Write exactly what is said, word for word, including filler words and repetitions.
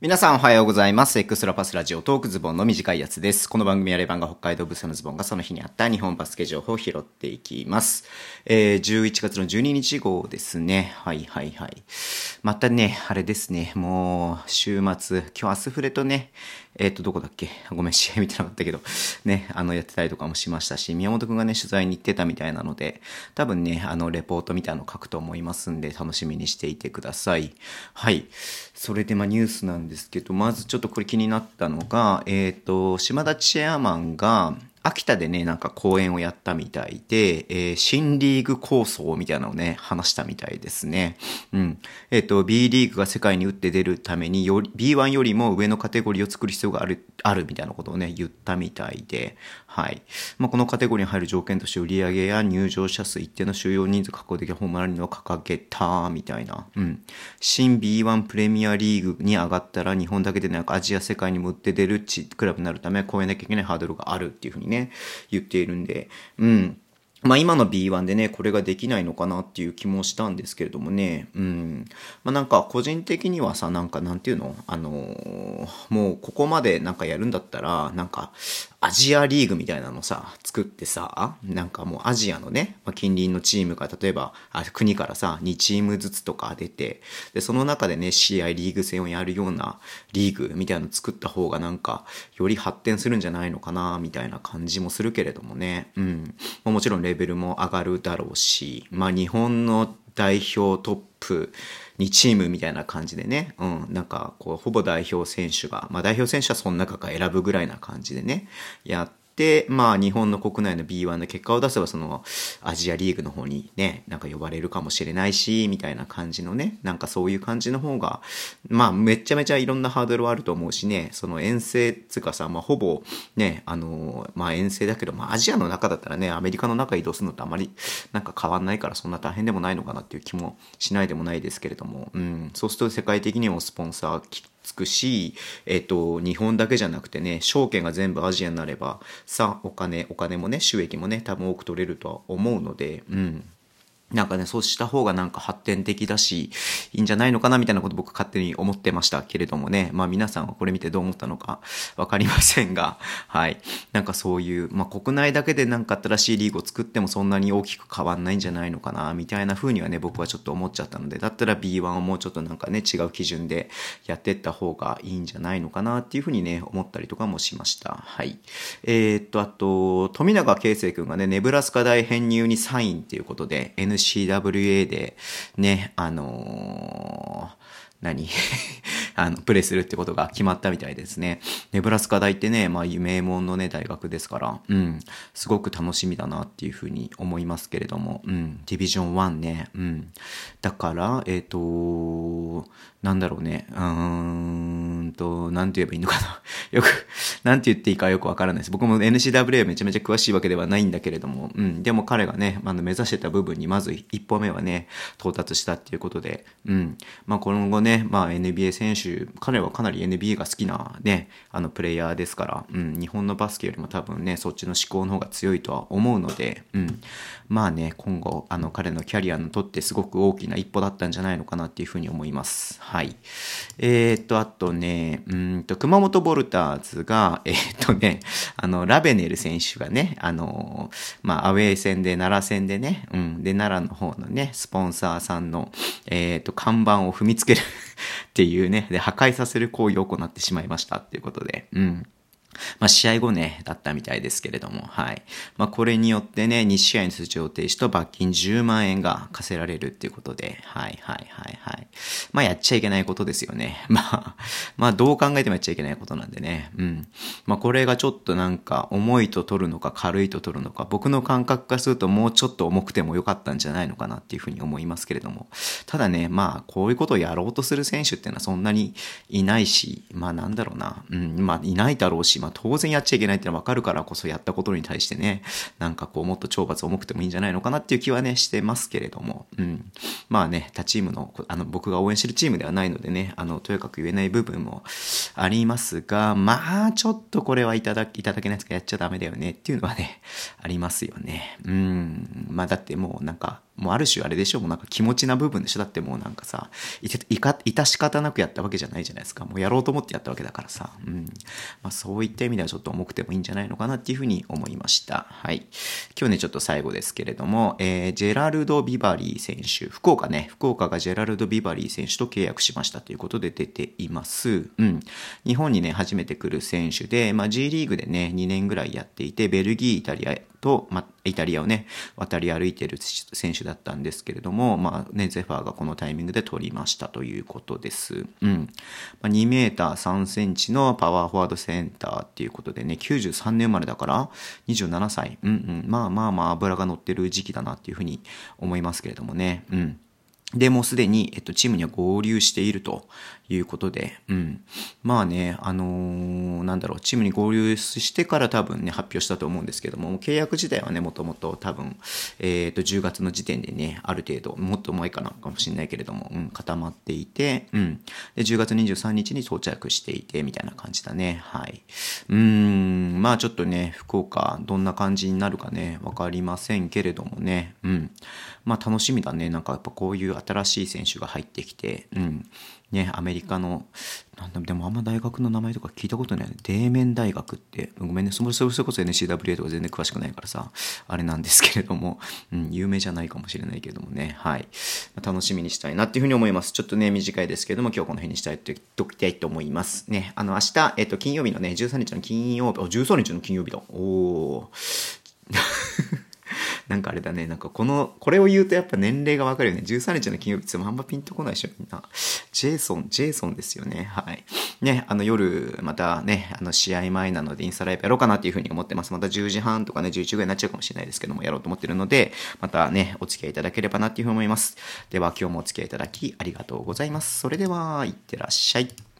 皆さんおはようございます。エクストラパスラジオトークズボンの短いやつです。この番組はレバンが北海道ブースのズボンがその日にあった日本バスケ情報を拾っていきます。えー、じゅういちがつのじゅうににち号ですね。はいはいはい。またね、あれですね。もう、週末、今日アスフレとね、えっ、ー、と、どこだっけごめん、試合見てなかったけど、ね、あの、やってたりとかもしましたし、宮本くんがね、取材に行ってたみたいなので、多分ね、あの、レポートみたいなの書くと思いますんで、楽しみにしていてください。はい。それで、まあ、ニュースなんですけど、まずちょっとこれ気になったのが、えっ、ー、と、島田チェアマンが、秋田でね、なんか講演をやったみたいで、えー、新リーグ構想みたいなのをね、話したみたいですね。うん。えっ、ー、と、B リーグが世界に打って出るためにより、ビーワン よりも上のカテゴリーを作る必要がある、あるみたいなことをね、言ったみたいで、はい。まあ、このカテゴリーに入る条件として売上や入場者数、一定の収容人数確保できるホームランを掲げた、みたいな。うん。新 ビーワン プレミアリーグに上がったら、日本だけでなくアジア世界にも打って出るクラブになるため、超えなきゃいけないハードルがあるっていうふうにね、言っているんで、うん。まあ今の ビーワン でね、これができないのかなっていう気もしたんですけれどもね、うん。まあなんか個人的にはさ、なんかなんていうのあのー、もうここまでなんかやるんだったら、なんかアジアリーグみたいなのさ、作ってさ、なんかもうアジアのね、まあ、近隣のチームが例えば、あ、国からさ、にチームずつとか出て、で、その中でね、試合リーグ戦をやるようなリーグみたいなの作った方がなんか、より発展するんじゃないのかな、みたいな感じもするけれどもね、うん。まあ、もちろんレベルも上がるだろうし、まあ日本の代表トップにチームみたいな感じでね、うん、なんかこうほぼ代表選手が、まあ代表選手はその中から選ぶぐらいな感じでね、やって、まあ日本の国内の ビーワン の結果を出せばそのアジアリーグの方にね、なんか呼ばれるかもしれないし、みたいな感じのね、なんかそういう感じの方が、まあめちゃめちゃいろんなハードルはあると思うしね、その遠征つうかさ、まあほぼね、あの、まあ遠征だけど、まあアジアの中だったらね、アメリカの中移動するのってあまりなんか変わんないからそんな大変でもないのかなっていう気もしないでもないですけれども、うん、そうすると世界的にもスポンサーつくし、えっと、日本だけじゃなくてね、証券が全部アジアになれば、さ、お金、お金もね、収益もね、多分多く取れるとは思うので、うん。なんかね、そうした方がなんか発展的だし、いいんじゃないのかなみたいなこと僕勝手に思ってましたけれどもね。まあ皆さんはこれ見てどう思ったのかわかりませんが、はい。なんかそういう、まあ国内だけでなんか新しいリーグを作ってもそんなに大きく変わんないんじゃないのかなみたいな風にはね、僕はちょっと思っちゃったので、だったら ビーワン をもうちょっとなんかね、違う基準でやっていった方がいいんじゃないのかなっていう風にね、思ったりとかもしました。はい。えー、っと、あと、富永啓生君がね、ネブラスカ大編入にサインっていうことで、エヌシーダブリューエー で、ね、あのー、何あの、プレイするってことが決まったみたいですね。ネブラスカ大ってね、まあ、名門のね、大学ですから、うん、すごく楽しみだなっていうふうに思いますけれども、うん、ディビジョンワンね、うん。だから、えっ、ー、と、なんだろうね、うーんと、なんて言えばいいのかな。よく、なんて言っていいかよくわからないです。僕も エヌシーダブリューエー めちゃめちゃ詳しいわけではないんだけれども、うん、でも彼がね、あの、目指してた部分にまず一歩目はね、到達したっていうことで、うん、まあ、今後ね、まあ、エヌビーエー 選手、彼はかなり エヌビーエー が好きなね、あの、プレイヤーですから、うん、日本のバスケよりも多分ね、そっちの思考の方が強いとは思うので、うん、まあね、今後、あの、彼のキャリアにとってすごく大きな一歩だったんじゃないのかなっていうふうに思います。はい。えー、っと、あとね、うんと、熊本ボルターズが、えー、っとね、あの、ラベネル選手がね、あの、まあ、アウェー戦で、奈良戦でね、うん、で、奈良の方のね、スポンサーさんの、えー、っと、看板を踏みつけるっていうね、で、破壊させる行為を行ってしまいましたっていうことで、うん。まあ、試合後ね、だったみたいですけれども、はい。まあ、これによってね、に試合の出場停止と罰金じゅうまんえんが課せられるっていうことで、はいはいはいはい。まあ、やっちゃいけないことですよね。まあ、まあ、どう考えてもやっちゃいけないことなんでね。うん。まあ、これがちょっとなんか、重いと取るのか軽いと取るのか、僕の感覚化するともうちょっと重くてもよかったんじゃないのかなっていうふうに思いますけれども。ただね、まあ、こういうことをやろうとする選手っていうのはそんなにいないし、まあ、なんだろうな。うん、まあ、いないだろうし、まあ当然やっちゃいけないってのは分かるからこそやったことに対してね、なんかこうもっと懲罰重くてもいいんじゃないのかなっていう気はね、してますけれども、うん。まあね、他チームの、あの僕が応援してるチームではないのでね、あの、とやかく言えない部分もありますが、まあちょっとこれはいただき、いただけないやつかやっちゃダメだよねっていうのはね、ありますよね。うん。まあだってもうなんか、 もうある種あれでしょ、もうなんか気持ちな部分でしょ。だってもうなんかさ、いて、いか、致し方なくやったわけじゃないじゃないですか。もうやろうと思ってやったわけだからさ。うん。まあそういった意味ではちょっと重くてもいいんじゃないのかなっていうふうに思いました。はい。今日ね、ちょっと最後ですけれども、えー、ジェラルド・ビバリー選手、福岡ね、福岡がジェラルド・ビバリー選手と契約しましたということで出ています。うん。日本にね、初めて来る選手で、まあ G リーグでね、にねんぐらいやっていて、ベルギー、イタリアと、まあ、イタリアをね、渡り歩いている選手だったんですけれども、まあね、ゼファーがこのタイミングで取りましたということです。うん。まあ、にメーターさんセンチのパワーフォワードセンターっていうことでね、きゅうじゅうさんねん生まれだから、にじゅうななさい。うんうん。まあまあまあ、油が乗ってる時期だなっていうふうに思いますけれどもね。うん。で、もうすでに、えっと、チームには合流しているということで、うん。まあね、あのー、なんだろう、チームに合流してから多分ね、発表したと思うんですけども、契約自体はね、もともと多分、えっと、じゅうがつの時点でね、ある程度、もっと前かな、かもしれないけれども、うん、固まっていて、うん。で、じゅうがつにじゅうさんにちに到着していて、みたいな感じだね。はい。うーん、まあちょっとね、福岡、どんな感じになるかね、わかりませんけれどもね、うん。まあ楽しみだね。なんかやっぱこういう新しい選手が入ってきて、うん。ね、アメリカの、なんだ、でもあんま大学の名前とか聞いたことない。デーメン大学って、ごめんね、それそれこそ エヌシーダブリューエー とか全然詳しくないからさ、あれなんですけれども、うん、有名じゃないかもしれないけれどもね、はい。楽しみにしたいなっていうふうに思います。ちょっとね、短いですけれども、今日この辺にしたいと、ときたいと思います。ね、あの、明日、えっと、金曜日のね、じゅうさんにちの金曜日、お、じゅうさんにちの金曜日だ。おー。なんかあれだね、なんかこの、これを言うとやっぱ年齢がわかるよね。じゅうさんにちの金曜日ってあんまピンとこないでしょ、みんな。ジェイソン、ジェイソンですよね。はい。ね、あの夜、またね、あの試合前なのでインスタライブやろうかなっていうふうに思ってます。またじゅうじはんとかね、じゅういちじぐらいになっちゃうかもしれないですけども、やろうと思ってるので、またね、お付き合いいただければなっていうふうに思います。では今日もお付き合いいただきありがとうございます。それでは、いってらっしゃい。